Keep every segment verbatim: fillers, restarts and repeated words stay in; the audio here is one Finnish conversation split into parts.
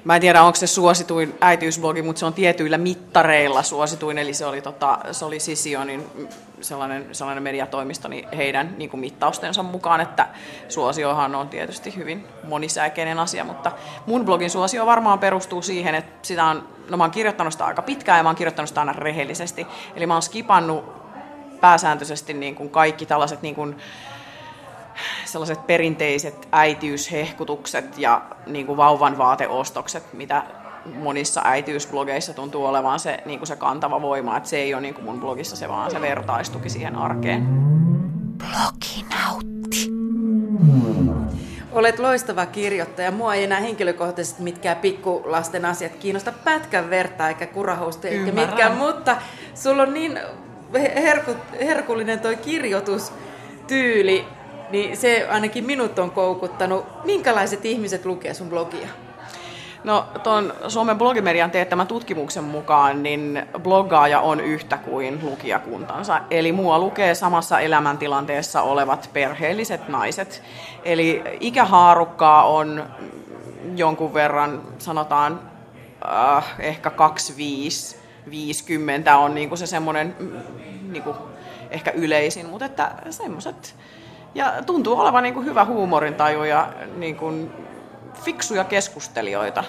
Mä en tiedä, onko se suosituin äitiysblogi, mutta se on tietyillä mittareilla suosituin, eli se oli, tota, se oli Sisionin sellainen, sellainen mediatoimisto niin heidän niin kuin mittaustensa mukaan, että suosiohan on tietysti hyvin monisäikeinen asia, mutta mun blogin suosio varmaan perustuu siihen, että sitä on, no mä oon kirjoittanut sitä aika pitkään ja mä oon kirjoittanut sitä aina rehellisesti, eli mä oon skipannut pääsääntöisesti niin kuin kaikki tällaiset niin kuin sellaiset perinteiset äitiyshehkutukset ja niin kuin vauvan vaateostokset, mitä monissa äitiysblogeissa tuntuu olevan se, niin kuin se kantava voima, että se ei ole niin kuin mun blogissa se, vaan se vertaistuki siihen arkeen. Bloginautti. Olet loistava kirjoittaja. Mua ei enää henkilökohtaisesti mitkään pikkulasten asiat kiinnosta pätkän vertaa eikä kurahousta eikä mitkään, mutta sulla on niin herku, herkullinen toi kirjoitustyyli, niin se ainakin minut on koukuttanut. Minkälaiset ihmiset lukee sun blogia? No tuon Suomen blogimedian teettämän tutkimuksen mukaan niin bloggaaja on yhtä kuin lukijakuntansa. Eli mua lukee samassa elämäntilanteessa olevat perheelliset naiset. Eli ikähaarukkaa on jonkun verran, sanotaan äh, ehkä kaksikymmentäviisi viisikymmentä on niinku se semmoinen niinku ehkä yleisin, mutta että semmoiset. Ja tuntuu olevan niinku hyvä huumorintaju ja niinku fiksuja keskustelijoita.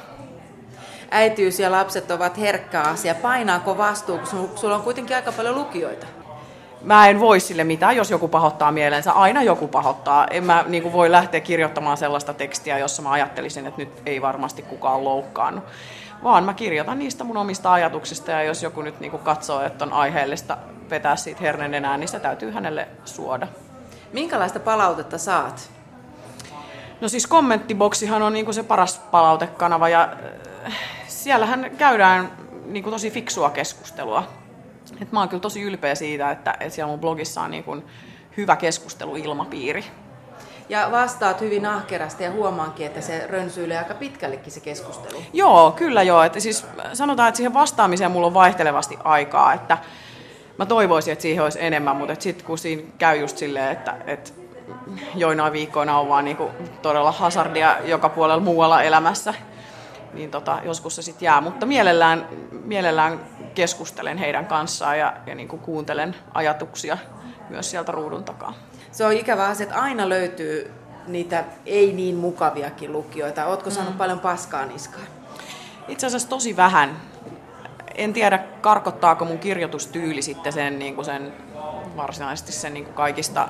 Äitiys ja lapset ovat herkkä asia. Painaako vastuu, kun sulla on kuitenkin aika paljon lukijoita? Mä en voi sille mitään, jos joku pahoittaa mielensä. Aina joku pahoittaa. En mä niin kuin voi lähteä kirjoittamaan sellaista tekstiä, jossa mä ajattelisin, että nyt ei varmasti kukaan loukkaannut. Vaan mä kirjoitan niistä mun omista ajatuksista, ja jos joku nyt niin kuin katsoo, että on aiheellista vetää siitä hernenenään, niin se täytyy hänelle suoda. Minkälaista palautetta saat? No siis kommenttiboksihan on niin kuin se paras palautekanava, ja siellähän käydään niin kuin tosi fiksua keskustelua. Et mä oon kyllä tosi ylpeä siitä, että, että siellä mun blogissa on niin kuin hyvä keskusteluilmapiiri. Ja vastaat hyvin ahkerasti ja huomaankin, että se rönsyilee aika pitkällekin se keskustelu. Joo, kyllä joo. Että siis sanotaan, että siihen vastaamiseen mulla on vaihtelevasti aikaa. Että mä toivoisin, että siihen olisi enemmän, mutta sitten kun siinä käy just silleen, että, että joinain viikkoina on vaan niin kuin todella hazardia joka puolella muualla elämässä, niin tota, joskus se sitten jää. Mutta mielellään, mielellään keskustelen heidän kanssaan ja, ja niin kuin kuuntelen ajatuksia myös sieltä ruudun takaa. Se on ikävä asia, että aina löytyy niitä ei niin mukaviakin lukijoita. Ootko saanut mm. paljon paskaa niskaan? Itse asiassa tosi vähän. En tiedä, karkottaako mun kirjoitustyyli sitten sen, niin kuin sen varsinaisesti sen niin kuin kaikista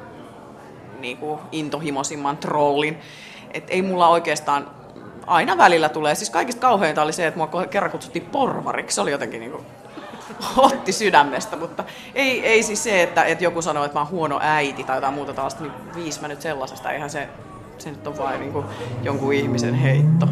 niin kuin intohimoisimman trollin. Et ei mulla oikeastaan aina välillä tulee. Siis kaikista kauheinta oli se, että mua kerran kutsuttiin porvariksi. Se oli jotenkin niin kuin otti sydämestä, mutta ei, ei siis se, että, että joku sanoo, että mä oon huono äiti tai jotain muuta tällaista, niin viis mä nyt sellaisesta. Eihän se, se nyt on vain niin kuin jonkun ihmisen heitto.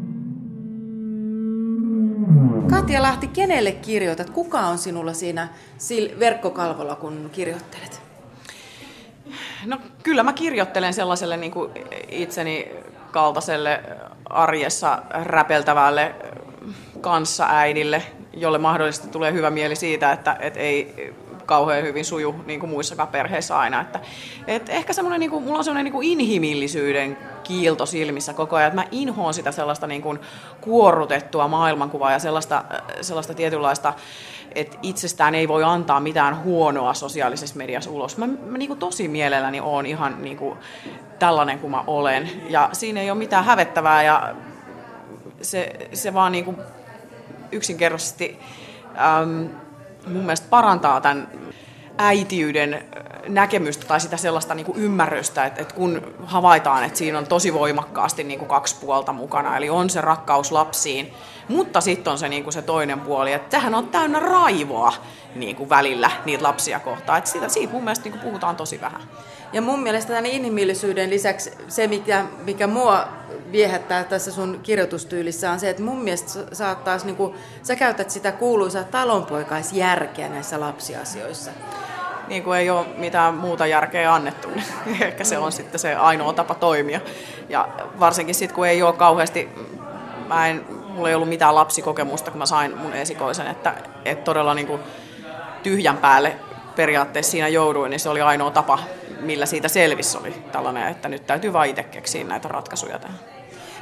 Katja Lahti, kenelle kirjoitat? Kuka on sinulla siinä verkkokalvolla, kun kirjoittelet? No kyllä mä kirjoittelen sellaiselle niin kuin itseni kaltaiselle arjessa räpeltävälle kanssaäidille, jolle mahdollisesti tulee hyvä mieli siitä, että et ei kauhean hyvin suju niin kuin muissakaan perheissä aina. Että, et ehkä semmoinen, niin kuin, mulla on semmoinen niin kuin inhimillisyyden kiilto silmissä koko ajan, että mä inhoon sitä sellaista niin kuin kuorrutettua maailmankuvaa ja sellaista, sellaista tietynlaista, että itsestään ei voi antaa mitään huonoa sosiaalisessa mediassa ulos. Mä, mä niin kuin tosi mielelläni oon ihan niin kuin tällainen kuin mä olen, ja siinä ei ole mitään hävettävää, ja se, se vaan niin kuin yksinkertaisesti äm, mun mielestä parantaa tämän äitiyden näkemystä tai sitä sellaista niin kuin ymmärrystä, että, että kun havaitaan, että siinä on tosi voimakkaasti niin kuin kaksi puolta mukana, eli on se rakkaus lapsiin, mutta sitten on se, niin kuin se toinen puoli, että tämähän on täynnä raivoa niin kuin välillä niitä lapsia kohtaan. Että siitä, siitä mun mielestä niin kuin puhutaan tosi vähän. Ja mun mielestä tämän inhimillisyyden lisäksi se, mikä, mikä mua viehättää tässä sun kirjoitustyylissä, on se, että mun mielestä saattais, niin kuin, sä käytät sitä kuuluisaa talonpoikaisjärkeä näissä lapsiasioissa. Niin kuin ei ole mitään muuta järkeä annettu, niin ehkä se on sitten se ainoa tapa toimia. Ja varsinkin sitten, kun ei ole kauheasti, mä en, mulla ei ollut mitään lapsikokemusta, kun mä sain mun esikoisen, että, että todella niin kuin tyhjän päälle periaatteessa siinä jouduin, niin se oli ainoa tapa, millä siitä selvisi, oli tällainen, että nyt täytyy vaan itse keksiä näitä ratkaisuja tähän.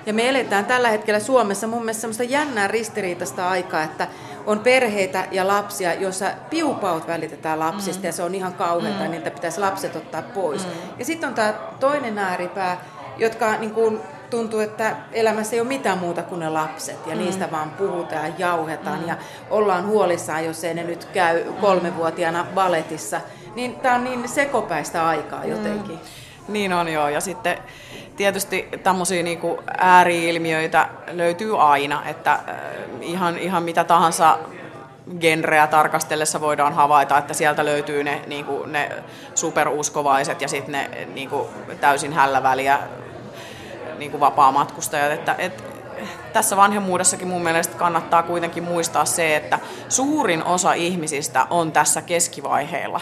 Ja me eletään tällä hetkellä Suomessa mun mielestä semmoista jännää ristiriitaista aikaa, että on perheitä ja lapsia, joissa piupaut välitetään lapsista mm. ja se on ihan kauheata, mm. niiltä pitäisi lapset ottaa pois. Mm. Ja sitten on tämä toinen ääripää, jotka niin kuin tuntuu, että elämässä ei ole mitään muuta kuin ne lapset ja mm. niistä vaan puhutaan ja jauhetaan mm. ja ollaan huolissaan, jos ei ne nyt käy kolmevuotiaana balletissa. Niin tämä on niin sekopäistä aikaa jotenkin. Mm. Niin on joo, ja sitten tietysti tämmöisiä niinku ääri-ilmiöitä löytyy aina, että äh, ihan, ihan mitä tahansa genreä tarkastellessa voidaan havaita, että sieltä löytyy ne, niinku, ne superuskovaiset ja sitten ne niinku, täysin hälläväliä niinku vapaamatkustajat. Että, et, tässä vanhemmuudessakin mun mielestä kannattaa kuitenkin muistaa se, että suurin osa ihmisistä on tässä keskivaiheilla.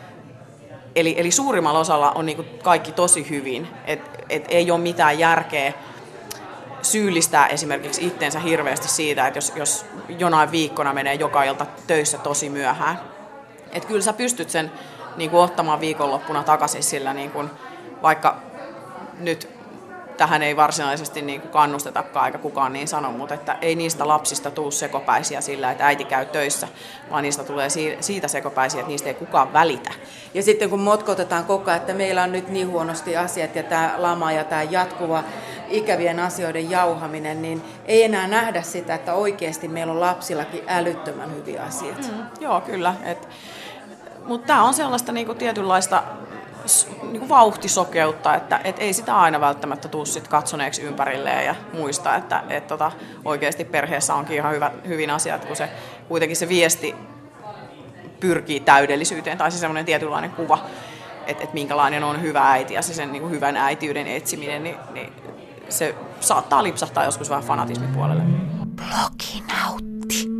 Eli, eli suurimmalla osalla on niinku kaikki tosi hyvin, että et ei ole mitään järkeä syyllistää esimerkiksi itteensä hirveästi siitä, että jos, jos jonain viikkona menee joka ilta töissä tosi myöhään. Että kyllä sä pystyt sen niinku ottamaan viikonloppuna takaisin sillä, niinku, vaikka nyt tähän ei varsinaisesti niinku kannustetakaan eikä kukaan niin sano, mutta että ei niistä lapsista tule sekopäisiä sillä, että äiti käy töissä, vaan niistä tulee siitä sekopäisiä, että niistä ei kukaan välitä. Ja sitten kun motkotetaan koko ajan, että meillä on nyt niin huonosti asiat ja tämä lama ja tämä jatkuva ikävien asioiden jauhaminen, niin ei enää nähdä sitä, että oikeasti meillä on lapsillakin älyttömän hyviä asiat. Mm, joo, kyllä. Mutta tämä on sellaista niinku tietynlaista niinku vauhtisokeutta, että et ei sitä aina välttämättä tule sit katsoneeksi ympärilleen ja muista, että et tota, oikeasti perheessä onkin ihan hyvä, hyvin asiat, kun se, kuitenkin se viesti pyrkii täydellisyyteen, tai se semmoinen tietynlainen kuva, että et minkälainen on hyvä äiti ja se sen niinku hyvän äitiyden etsiminen, niin, niin se saattaa lipsahtaa joskus vähän fanatismin puolelle. Bloginautti.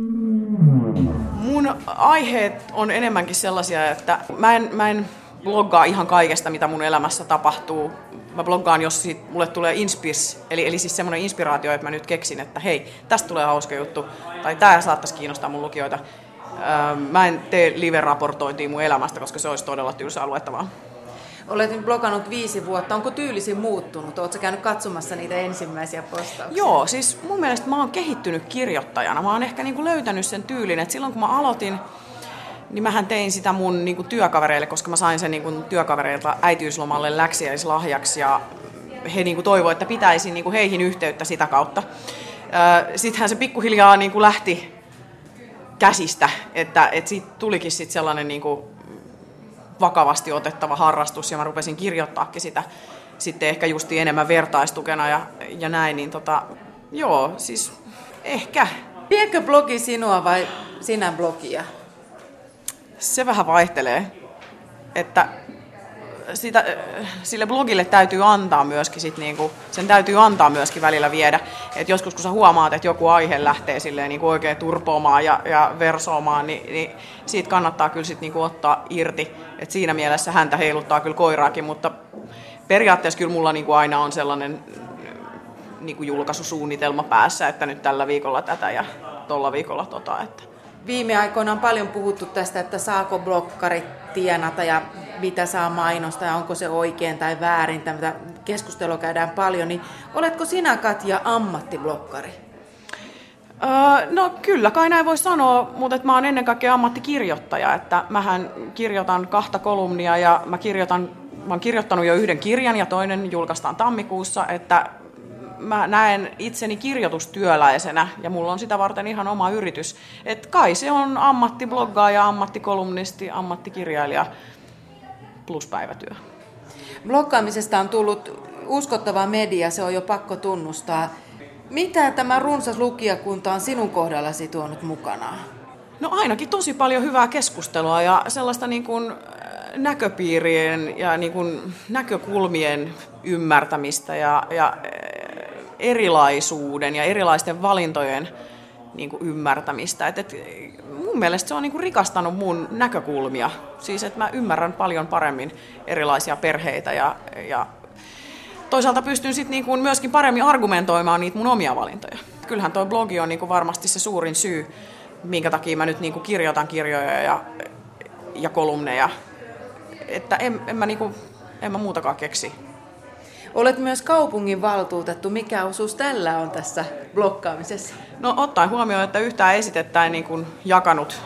Mun aiheet on enemmänkin sellaisia, että mä en, mä en bloggaa ihan kaikesta, mitä mun elämässä tapahtuu. Mä bloggaan, jos siitä mulle tulee inspirs, eli, eli siis semmoinen inspiraatio, että mä nyt keksin, että hei, tästä tulee hauska juttu, tai tää saattaisi kiinnostaa mun lukijoita. Mä en tee live-raportointia mun elämästä, koska se olisi todella tylsää luettavaa. Olet nyt blogannut viisi vuotta. Onko tyylisi muuttunut? Oletko käynyt katsomassa niitä ensimmäisiä postauksia? Joo, siis mun mielestä mä oon kehittynyt kirjoittajana. Mä oon ehkä niinku löytänyt sen tyylin, että silloin kun mä aloitin, niin mähän tein sitä mun niinku työkavereille, koska mä sain sen niinku työkavereilta äitiyslomalle läksiäislahjaksi ja he niinku toivoivat, että pitäisin niinku heihin yhteyttä sitä kautta. Sittenhän se pikkuhiljaa niinku lähti käsistä, että et siitä tulikin sit sellainen niinku vakavasti otettava harrastus ja mä rupesin kirjoittaakin sitä sitten ehkä justi enemmän vertaistukena ja, ja näin, niin tota, joo, siis ehkä. Viekö blogi sinua vai sinä blogia? Se vähän vaihtelee, että sitä, sille blogille täytyy antaa myöskin, sit niinku, sen täytyy antaa myöskin välillä viedä. Et joskus kun sä huomaat, että joku aihe lähtee silleen niinku oikein turpoamaan ja, ja versoomaan, niin, niin siitä kannattaa kyllä sit niinku ottaa irti. Et siinä mielessä häntä heiluttaa kyllä koiraakin, mutta periaatteessa kyllä mulla niinku aina on sellainen niinku julkaisusuunnitelma päässä, että nyt tällä viikolla tätä ja tolla viikolla tota. Että. Viime aikoina on paljon puhuttu tästä, että saako bloggarit tienata ja mitä saa mainostaa ja onko se oikein tai väärin. Tätä keskustelua käydään paljon. Niin oletko sinä, Katja, ammattibloggari? Öö, no kyllä, kai näin voi sanoa, mutta mä oon ennen kaikkea ammattikirjoittaja. Että mähän kirjoitan kahta kolumnia ja mä, kirjoitan, mä oon kirjoittanut jo yhden kirjan ja toinen julkaistaan tammikuussa. Että mä näen itseni kirjoitustyöläisenä ja mulla on sitä varten ihan oma yritys. Et kai se on ammattibloggaaja, ammattikolumnisti, ammattikirjailija plus päivätyö. Bloggaamisesta on tullut uskottava media, se on jo pakko tunnustaa. Mitä tämä runsas lukijakunta on sinun kohdallasi tuonut mukanaan? No ainakin tosi paljon hyvää keskustelua ja sellaista niin kuin näköpiirien ja niin kuin näkökulmien ymmärtämistä ja, ja erilaisuuden ja erilaisten valintojen niin kuin ymmärtämistä. Et, et, mun mielestä se on niin kuin rikastanut mun näkökulmia. Siis että mä ymmärrän paljon paremmin erilaisia perheitä ja, ja toisaalta pystyn sit niin kuin myöskin paremmin argumentoimaan niitä mun omia valintoja. Kyllähän toi blogi on niin kuin varmasti se suurin syy, minkä takia mä nyt niin kuin kirjoitan kirjoja ja, ja kolumneja. Että en, en, mä niin kuin, en mä muutakaan keksi. Olet myös kaupungin valtuutettu. Mikä osuus tällä on tässä blokkaamisessa? No ottaen huomioon, että yhtään esitettä ei niin kuin jakanut,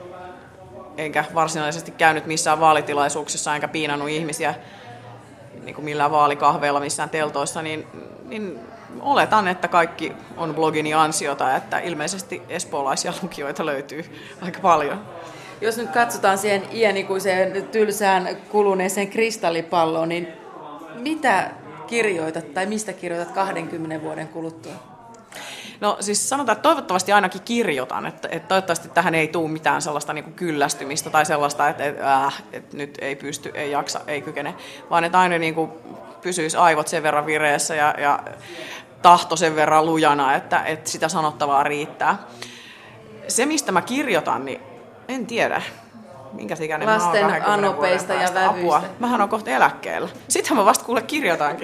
enkä varsinaisesti käynyt missään vaalitilaisuuksissa, enkä piinannut ihmisiä niin kuin millään vaalikahveilla, missään teltoissa, niin, niin oletan, että kaikki on blogini ansiota, että ilmeisesti espoolaisia lukijoita löytyy aika paljon. Jos nyt katsotaan siihen iänikuiseen tylsään kuluneeseen kristallipalloon, niin mitä kirjoitat tai mistä kirjoitat kahdenkymmenen vuoden kuluttua? No siis sanotaan, että toivottavasti ainakin kirjoitan, että, että toivottavasti tähän ei tule mitään sellaista niin kuin kyllästymistä tai sellaista, että, että, äh, että nyt ei pysty, ei jaksa, ei kykene, vaan että aina niin kuin pysyisi aivot sen verran vireessä ja, ja tahto sen verran lujana, että, että sitä sanottavaa riittää. Se, mistä mä kirjoitan, niin en tiedä. Minkä ikäinen mä oon lasten anopeista ja vävyistä. Apua. Mähän on kohta eläkkeellä. Sittenhän mä vasta kuule kirjoitankin.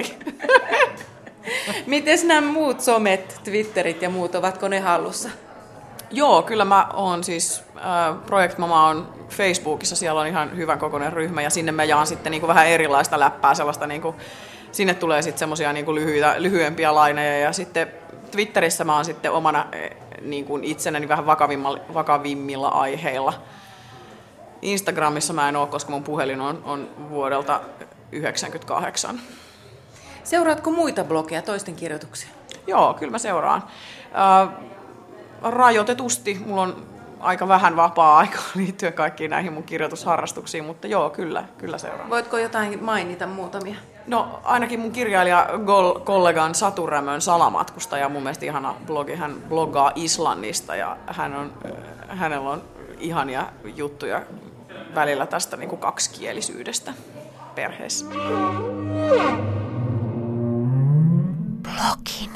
Miten nämä muut somet, Twitterit ja muut, ovatko ne hallussa? Joo, kyllä mä oon siis, äh, Project Mama on Facebookissa, siellä on ihan hyvän kokoinen ryhmä ja sinne mä jaan sitten niin kuin vähän erilaista läppää, sellaista niin kuin, sinne tulee sitten semmoisia niin kuin lyhyitä, lyhyempiä laineja ja sitten Twitterissä mä oon sitten omana niin kuin itsenäni vähän vakavimmilla, vakavimmilla aiheilla. Instagramissa mä en oo, koska mun puhelin on, on vuodelta yhdeksänkymmentäkahdeksan. Seuraatko muita blogeja, toisten kirjoituksia? Joo, kyllä mä seuraan. Äh, rajoitetusti. Mulla on aika vähän vapaa-aikaa liittyen kaikkiin näihin mun kirjoitusharrastuksiin, mutta joo, kyllä, kyllä seuraan. Voitko jotain mainita muutamia? No ainakin mun kirjailija kollegan Satu Rämön Salamatkustaja, mun mielestä ihana blogi. Hän bloggaa Islannista ja hän on, hänellä on ihania juttuja välillä tästä niin kuin kaksikielisyydestä perheessä. Blogi.